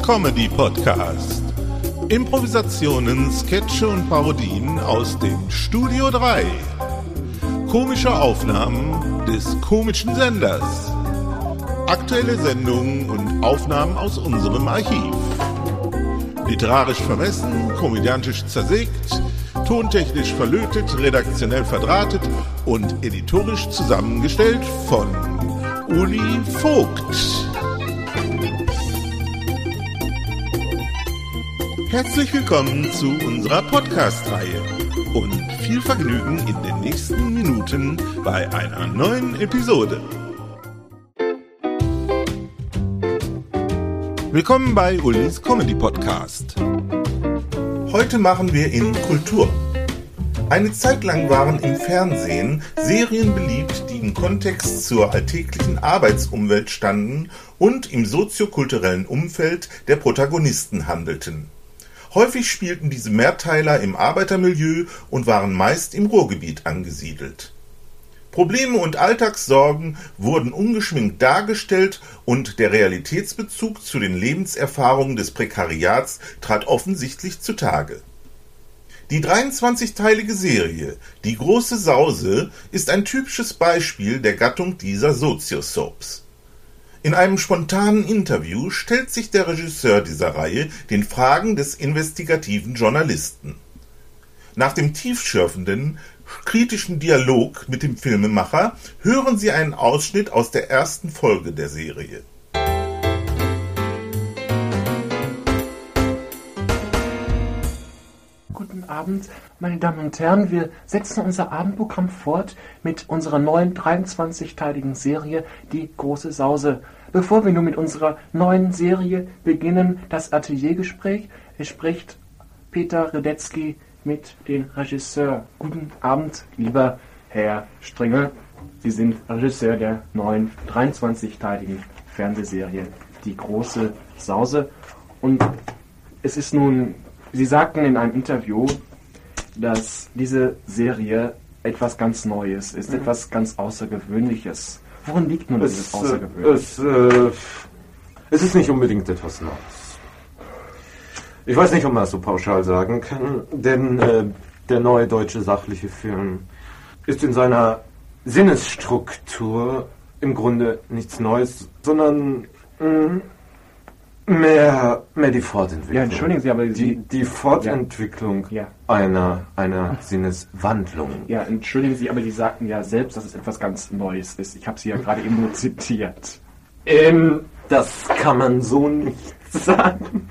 Comedy Podcast. Improvisationen, Sketche und Parodien aus dem Studio 3. Komische Aufnahmen des komischen Senders. Aktuelle Sendungen und Aufnahmen aus unserem Archiv. Literarisch vermessen, komödiantisch zersägt, tontechnisch verlötet, redaktionell verdrahtet und editorisch zusammengestellt von Uli Vogt. Herzlich willkommen zu unserer Podcast-Reihe und viel Vergnügen in den nächsten Minuten bei einer neuen Episode. Willkommen bei Ulis Comedy Podcast. Heute machen wir in Kultur. Eine Zeit lang waren im Fernsehen Serien beliebt, die im Kontext zur alltäglichen Arbeitsumwelt standen und im soziokulturellen Umfeld der Protagonisten handelten. Häufig spielten diese Mehrteiler im Arbeitermilieu und waren meist im Ruhrgebiet angesiedelt. Probleme und Alltagssorgen wurden ungeschminkt dargestellt und der Realitätsbezug zu den Lebenserfahrungen des Prekariats trat offensichtlich zutage. Die 23-teilige Serie Die große Sause ist ein typisches Beispiel der Gattung dieser Soziosoaps. In einem spontanen Interview stellt sich der Regisseur dieser Reihe den Fragen des investigativen Journalisten. Nach dem tiefschürfenden, kritischen Dialog mit dem Filmemacher hören Sie einen Ausschnitt aus der ersten Folge der Serie. Guten Abend, meine Damen und Herren. Wir setzen unser Abendprogramm fort mit unserer neuen 23-teiligen Serie Die große Sause. Bevor wir nun mit unserer neuen Serie beginnen, das Ateliergespräch, es spricht Peter Radetzky mit dem Regisseur. Guten Abend, lieber Herr Strengel. Sie sind Regisseur der neuen 23-teiligen Fernsehserie Die große Sause. Und es ist nun, Sie sagten in einem Interview, dass diese Serie etwas ganz Neues ist, etwas ganz Außergewöhnliches. Worin liegt nun dieses Außergewöhnliche? Es ist nicht unbedingt etwas Neues. Ich weiß nicht, ob man das so pauschal sagen kann, denn der neue deutsche sachliche Film ist in seiner Sinnesstruktur im Grunde nichts Neues, sondern mehr die Fortentwicklung. Ja, entschuldigen Sie, aber die Fortentwicklung einer Sinneswandlung. Ja, entschuldigen Sie, aber Sie sagten ja selbst, dass es etwas ganz Neues ist. Ich habe Sie ja gerade eben nur zitiert. Das kann man so nicht sagen.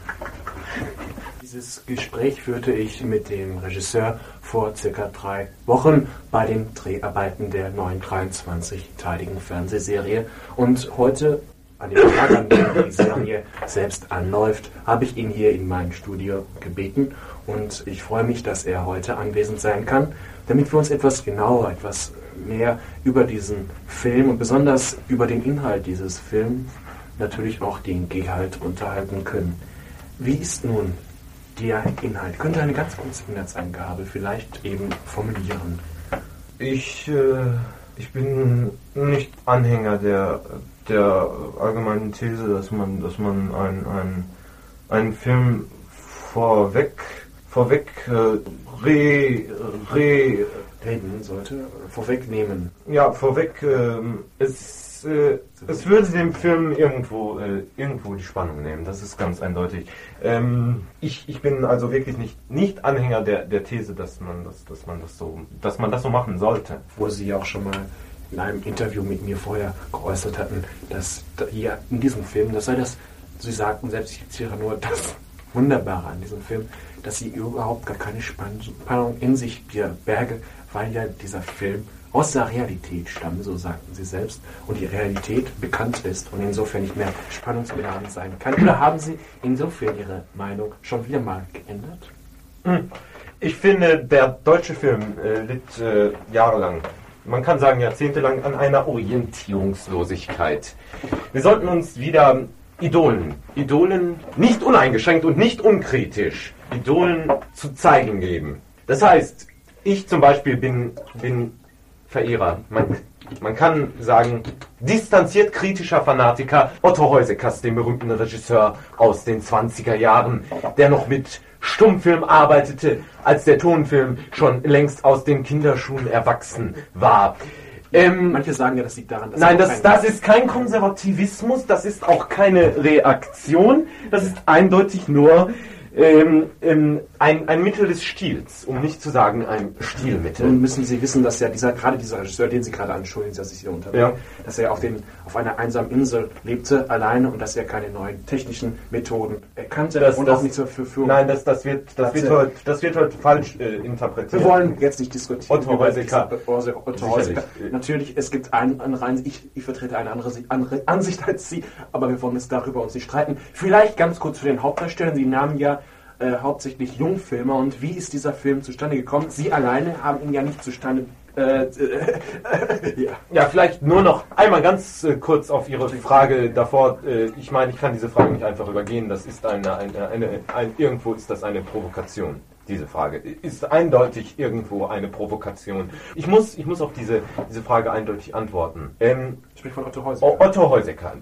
Dieses Gespräch führte ich mit dem Regisseur vor circa 3 Wochen bei den Dreharbeiten der neuen 23-teiligen Fernsehserie. Und heute, an dem Tag, an dem die Serie selbst anläuft, habe ich ihn hier in mein Studio gebeten. Und ich freue mich, dass er heute anwesend sein kann, damit wir uns etwas genauer, etwas mehr über diesen Film und besonders über den Inhalt dieses Films, natürlich auch den Gehalt, unterhalten können. Wie ist nun der Inhalt? Könnte eine ganz kurze Inhaltsangabe vielleicht eben formulieren? Ich bin nicht Anhänger der allgemeinen These, dass man einen Film reden sollte, vorwegnehmen. Ja, es würde dem Film irgendwo die Spannung nehmen, das ist ganz eindeutig. Ich bin also wirklich nicht Anhänger der These, dass man das so machen sollte. Wo Sie ja auch schon mal in einem Interview mit mir vorher geäußert hatten, dass hier in diesem Film, das sei das, Sie sagten selbst, ich zitiere nur, das Wunderbare an diesem Film, dass sie überhaupt gar keine Spannung in sich berge, weil ja dieser Film aus der Realität stammt, so sagten Sie selbst, und die Realität bekannt ist und insofern nicht mehr spannungsbeladen sein kann. Oder haben Sie insofern Ihre Meinung schon wieder mal geändert? Ich finde, der deutsche Film litt jahrelang, man kann sagen jahrzehntelang, an einer Orientierungslosigkeit. Wir sollten uns wieder Idolen nicht uneingeschränkt und nicht unkritisch, Idolen zu zeigen geben. Das heißt, ich zum Beispiel bin Verehrer, man kann sagen, distanziert kritischer Fanatiker Otto Heusekers, dem berühmten Regisseur aus den 20er Jahren, der noch mit Stummfilm arbeitete, als der Tonfilm schon längst aus den Kinderschuhen erwachsen war. Manche sagen ja, das liegt daran, dass... Nein, das ist kein Konservativismus, das ist auch keine Reaktion, das ist eindeutig nur ein Mittel des Stils, um nicht zu sagen ein Stilmittel. Nun müssen Sie wissen, dass ja dieser Regisseur, den Sie gerade anschuldigen, dass ich Sie unterbreche, dass er auf einer einsamen Insel lebte, alleine, und dass er keine neuen technischen Methoden erkannte und auch nicht zur Verfügung. Nein, das wird heute falsch interpretiert. Wir wollen jetzt nicht diskutieren. Otto Heuseker. Natürlich, es gibt andere Ansicht, ich vertrete eine andere Ansicht als Sie, aber wir wollen uns darüber uns nicht streiten. Vielleicht ganz kurz zu den Hauptdarstellern. Sie nahmen ja hauptsächlich Jungfilmer, und wie ist dieser Film zustande gekommen? Sie alleine haben ihn ja nicht zustande... Ja, vielleicht nur noch einmal ganz kurz auf Ihre Frage davor. Ich meine, ich kann diese Frage nicht einfach übergehen. Das ist irgendwo ist das eine Provokation. Diese Frage ist eindeutig irgendwo eine Provokation. Ich muss auf diese Frage eindeutig antworten. Sprich von Otto Heuseker. Otto Heuseker.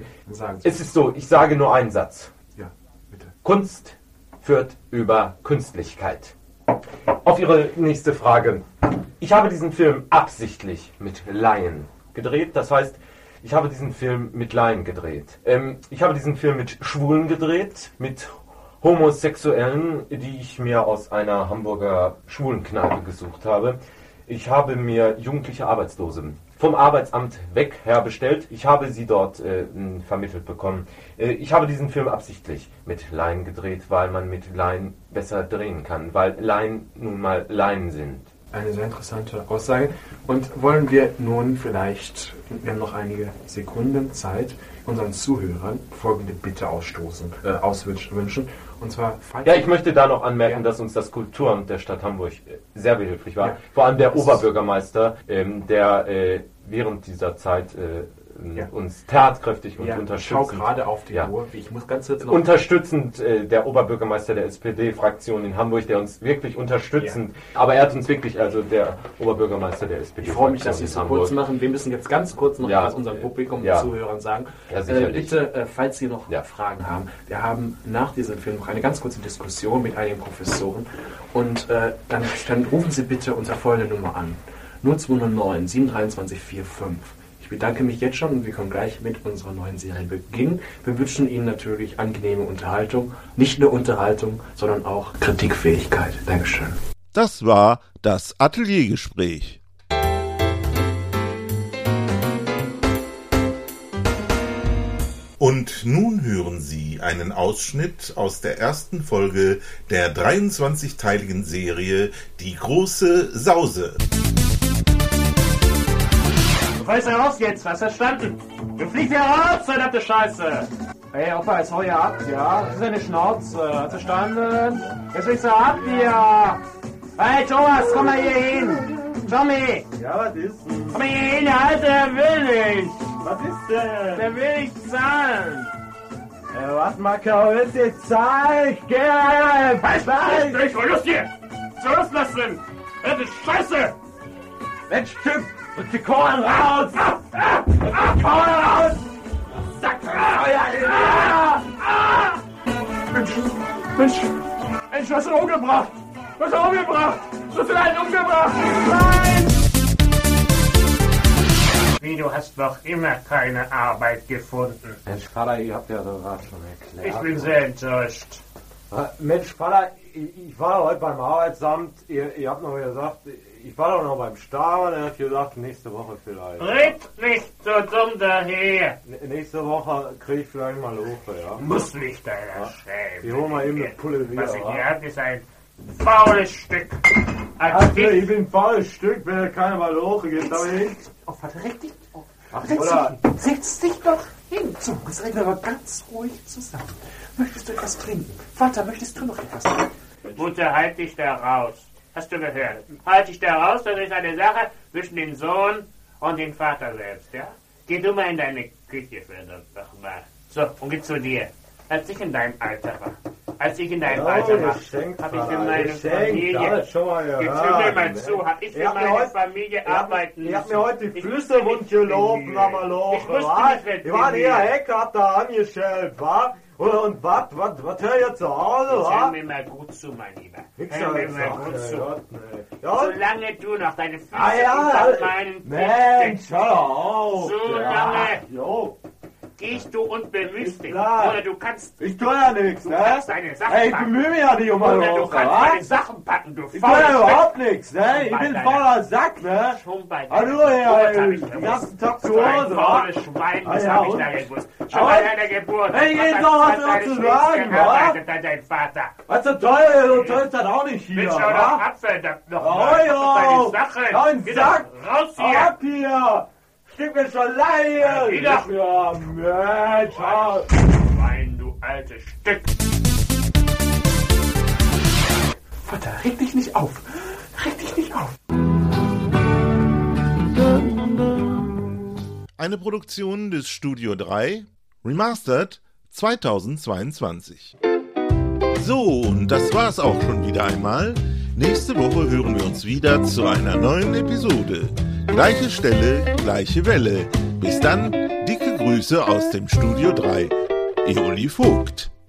Es ist so, ich sage nur einen Satz. Ja, bitte. Kunst führt über Künstlichkeit. Auf Ihre nächste Frage. Ich habe diesen Film absichtlich mit Laien gedreht. Das heißt, ich habe diesen Film mit Laien gedreht. Ich habe diesen Film mit Schwulen gedreht, mit Homosexuellen, die ich mir aus einer Hamburger Schwulenkneipe gesucht habe. Ich habe mir jugendliche Arbeitslose vom Arbeitsamt weg herbestellt. Ich habe sie dort vermittelt bekommen. Ich habe diesen Film absichtlich mit Laien gedreht, weil man mit Laien besser drehen kann, weil Laien nun mal Laien sind. Eine sehr interessante Aussage. Und wollen wir nun vielleicht, wir haben noch einige Sekunden Zeit, unseren Zuhörern folgende Bitte auswünschen. Und zwar... Ja, ich möchte da noch anmerken, dass uns das Kulturamt der Stadt Hamburg sehr behilflich war. Ja. Vor allem der Oberbürgermeister, der während dieser Zeit uns tatkräftig und unterstützend... Ich schau gerade auf die Uhr. Ich muss ganz kurz noch... Unterstützend der Oberbürgermeister der SPD-Fraktion in Hamburg, der uns wirklich unterstützend... Ja. Aber er hat uns wirklich, also der Oberbürgermeister der SPD-Fraktion. Ich freue mich, dass Sie es so kurz machen. Wir müssen jetzt ganz kurz noch was unserem Publikum und Zuhörern sagen. Ja, sicherlich. Bitte, falls Sie noch Fragen haben, wir haben nach diesem Film noch eine ganz kurze Diskussion mit einigen Professoren. Und dann rufen Sie bitte unter folgende Nummer an. 0209 723 45. Ich bedanke mich jetzt schon, und wir können gleich mit unserer neuen Serie beginnen. Wir wünschen Ihnen natürlich angenehme Unterhaltung. Nicht nur Unterhaltung, sondern auch Kritikfähigkeit. Dankeschön. Das war das Ateliergespräch. Und nun hören Sie einen Ausschnitt aus der ersten Folge der 23-teiligen Serie Die große Sause. Du fällst ja raus jetzt, hast du verstanden? Du fliegst ja raus, verdammte Scheiße! Hey, Opa, jetzt hau ja ab, ja? Das ist eine Schnauze, hast du verstanden? Jetzt fliegst du ab hier! Hey, Thomas, komm mal hier hin! Tommy! Ja, was ist denn? Komm mal hier hin, der Alte, der will nicht! Was ist denn? Der will nicht zahlen! Warte mal, Karol, jetzt zahl! Geh! Ich will Lust hier! Was soll das denn? Das ist Scheiße! Mensch, Typ! Drück die Kohlen raus! Drück die Kohlen raus! Sack! Mensch, du hast ihn umgebracht! Du hast ihn einen umgebracht! Nein! Wie, du hast noch immer keine Arbeit gefunden. Mensch, Vater, ihr habt ja gerade schon erklärt. Ich bin sehr enttäuscht. Mensch, Vater, ich war heute beim Arbeitsamt. Ihr habt noch gesagt, ich war doch noch beim Staber. Der hat gesagt, nächste Woche vielleicht. Red nicht so dumm daher. Nächste Woche krieg ich vielleicht mal Lufe, ja? Muss nicht deiner schämen. Ich hol mal eben eine Pulle wieder. Was ich hier habe, ist ein faules Stück. Ich bin ein faules Stück, wenn er keine Maloche gibt. Oh, Vater, reg dich auf. Setz dich doch hin. So, jetzt reden wir aber ganz ruhig zusammen. Möchtest du etwas trinken? Vater, möchtest du noch etwas trinken? Mutter, halt dich da raus. Hast du gehört? Halt dich da raus, das ist eine Sache zwischen dem Sohn und dem Vater selbst, ja? Geh du mal in deine Küche, verdammt nochmal. So, und geh zu dir. Als ich in deinem Alter war, als ich in deinem Alter war, habe ich für meine Familie, jetzt hör mir mal zu, habe ich für meine Familie arbeiten müssen. Ich hab mir heute die Füße wund gelaufen, aber Loch, ich war hier Hecke, hab da angestellt, wa? Und was hör ich jetzt zu Hause, wa? Hör mir mal gut zu, mein Lieber. Hör mir mal gut zu. Solange du noch deine Füße unter meinen Mensch, hör auf. Solange gehst du und bemühst dich. Oder du kannst... Ich tue ja nichts, ne? Du kannst deine Sachen packen. Ich bemühe mich ja nicht um Oder du kannst deine Sachen packen, du Ich tue ja überhaupt nichts, ne? Ich bin fauler Sack, ne? Schon bei Hallo, den ganzen Tag zu Hause, wa? Schwein, das hab ich da gewusst. Schon bei deiner Geburt. Hey, jetzt noch was dazu zu sagen, wa? Dein Vater. Was so toll ist das auch nicht hier, Mit schon wa? noch Apfel, noch Oh, deine Sache. Dein Sack! Raus hier! Ab hier! Stimmt mir schon leid! Wieder! Ja, Mensch! Schwein, du altes Stück! Vater, reg dich nicht auf. Reg dich nicht auf. Eine Produktion des Studio 3, Remastered 2022. So, und das war's auch schon wieder einmal. Nächste Woche hören wir uns wieder zu einer neuen Episode. Gleiche Stelle, gleiche Welle. Bis dann, dicke Grüße aus dem Studio 3. Eoli Vogt.